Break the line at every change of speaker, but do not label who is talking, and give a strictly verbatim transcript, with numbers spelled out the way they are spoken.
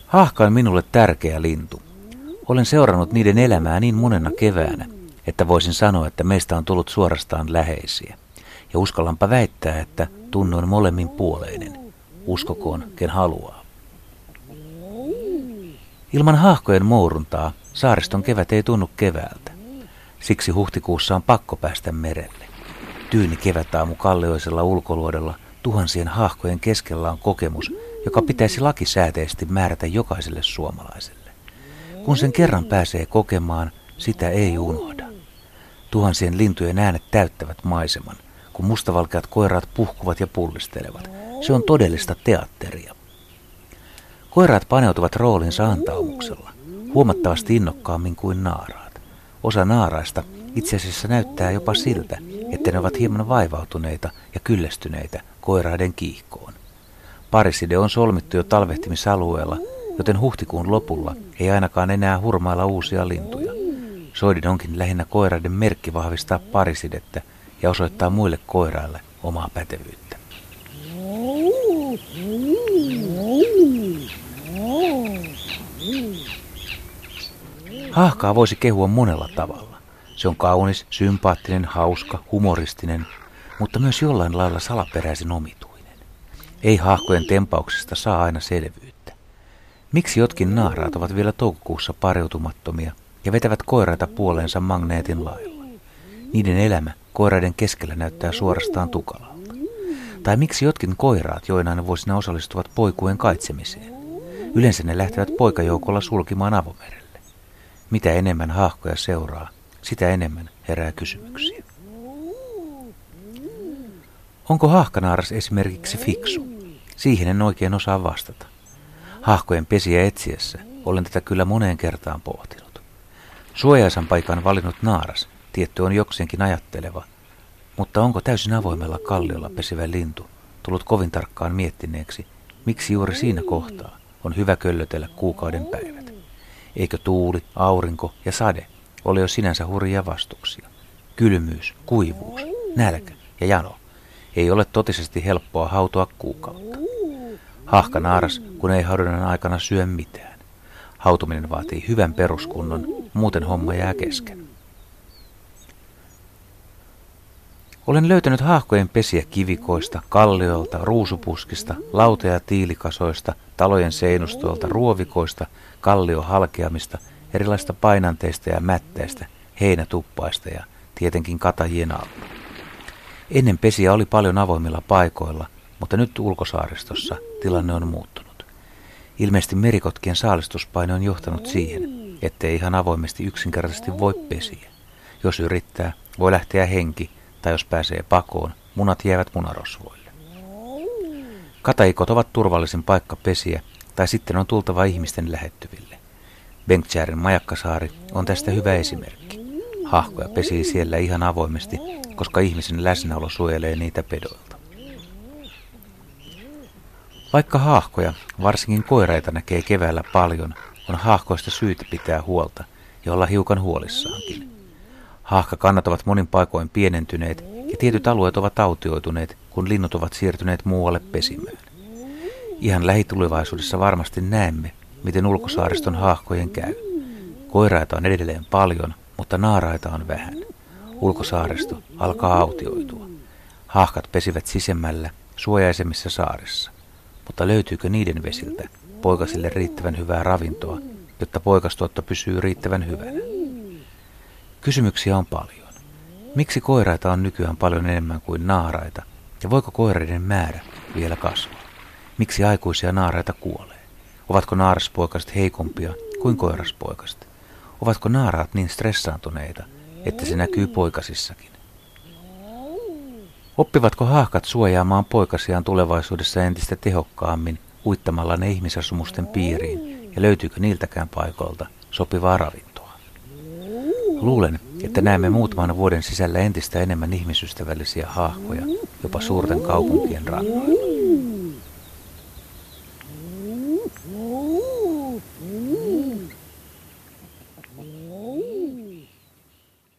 Haahka on minulle tärkeä lintu. Olen seurannut niiden elämää niin monena keväänä, että voisin sanoa, että meistä on tullut suorastaan läheisiä. Ja uskallanpa väittää, että tunne on molemmin puoleinen. Uskokoon, ken haluaa. Ilman haahkojen mouruntaa saariston kevät ei tunnu keväältä. Siksi huhtikuussa on pakko päästä merelle. Tyyni kevätaamu kallioisella ulkoluodella tuhansien haahkojen keskellä on kokemus, joka pitäisi lakisääteisesti määrätä jokaiselle suomalaiselle. Kun sen kerran pääsee kokemaan, sitä ei unohda. Tuhansien lintujen äänet täyttävät maiseman, kun mustavalkeat koiraat puhkuvat ja pullistelevat. Se on todellista teatteria. Koiraat paneutuvat roolinsa antaumuksella, huomattavasti innokkaammin kuin naaraat. Osa naaraista itse asiassa näyttää jopa siltä, että ne ovat hieman vaivautuneita ja kyllästyneitä koiraiden kiihkoon. Pariside on solmittu jo talvehtimisalueella, joten huhtikuun lopulla ei ainakaan enää hurmailla uusia lintuja. Soidin onkin lähinnä koiraiden merkki vahvistaa parisidettä ja osoittaa muille koiraille omaa pätevyyttä. Haahkaa voisi kehua monella tavalla. Se on kaunis, sympaattinen, hauska, humoristinen, mutta myös jollain lailla salaperäisen omituinen. Ei haahkojen tempauksesta saa aina selvyyttä. Miksi jotkin naaraat ovat vielä toukokuussa pariutumattomia ja vetävät koiraita puoleensa magneetin lailla? Niiden elämä koiraiden keskellä näyttää suorastaan tukalalta. Tai miksi jotkin koiraat joinain vuosina osallistuvat poikueen kaitsemiseen? Yleensä ne lähtevät poikajoukolla sulkimaan avomerelle. Mitä enemmän haahkoja seuraa, sitä enemmän herää kysymyksiä. Onko haahkanaaras esimerkiksi fiksu? Siihen en oikein osaa vastata. Haahkojen pesiä etsiessä olen tätä kyllä moneen kertaan pohtinut. Suojaisan paikan valinnut naaras tietty on jokseenkin ajatteleva, mutta onko täysin avoimella kalliolla pesivä lintu tullut kovin tarkkaan miettineeksi, miksi juuri siinä kohtaa on hyvä köllötellä kuukauden päivät? Eikö tuuli, aurinko ja sade ole jo sinänsä hurjia vastuksia? Kylmyys, kuivuus, nälkä ja jano ei ole totisesti helppoa hautoa kuukautta. Haahkanaaras, kun ei haudunnan aikana syö mitään. Hautuminen vaatii hyvän peruskunnon, muuten homma jää kesken. Olen löytänyt haahkojen pesiä kivikoista, kallioilta, ruusupuskista, lauta- ja tiilikasoista, talojen seinustolta, ruovikoista, kalliohalkeamista, erilaista painanteista ja mätteistä, heinätuppaista ja tietenkin katajien alla. Ennen pesiä oli paljon avoimilla paikoilla, mutta nyt ulkosaaristossa tilanne on muuttunut. Ilmeisesti merikotkien saalistuspaine on johtanut siihen, ettei ihan avoimesti yksinkertaisesti voi pesiä. Jos yrittää, voi lähteä henki, tai jos pääsee pakoon, munat jäävät munarosvoille. Kataikot ovat turvallisin paikka pesiä, tai sitten on tultava ihmisten lähettyville. Bengtsjären majakkasaari on tästä hyvä esimerkki. Haahkoja pesii siellä ihan avoimesti, koska ihmisen läsnäolo suojelee niitä pedoilta. Vaikka haahkoja, varsinkin koiraita näkee keväällä paljon, on haahkoista syytä pitää huolta ja olla hiukan huolissaankin. Haahkakannat ovat monin paikoin pienentyneet ja tietyt alueet ovat autioituneet, kun linnut ovat siirtyneet muualle pesimään. Ihan lähitulevaisuudessa varmasti näemme, miten ulkosaariston haahkojen käy. Koiraita on edelleen paljon, mutta naaraita on vähän. Ulkosaaristo alkaa autioitua. Haahkat pesivät sisemmällä, suojaisemmissa saarissa. Mutta löytyykö niiden vesiltä poikasille riittävän hyvää ravintoa, jotta poikastuotto pysyy riittävän hyvänä? Kysymyksiä on paljon. Miksi koiraita on nykyään paljon enemmän kuin naaraita, ja voiko koiraiden määrä vielä kasvaa? Miksi aikuisia naaraita kuolee? Ovatko naaraspoikaset heikompia kuin koiraspoikaset? Ovatko naaraat niin stressaantuneita, että se näkyy poikasissakin? Oppivatko haahkat suojaamaan poikasiaan tulevaisuudessa entistä tehokkaammin uittamalla ne ihmisasumusten piiriin, ja löytyykö niiltäkään paikoilta sopivaa ravintoa? Luulen, että näemme muutaman vuoden sisällä entistä enemmän ihmisystävällisiä haahkoja jopa suurten kaupunkien rannoilla.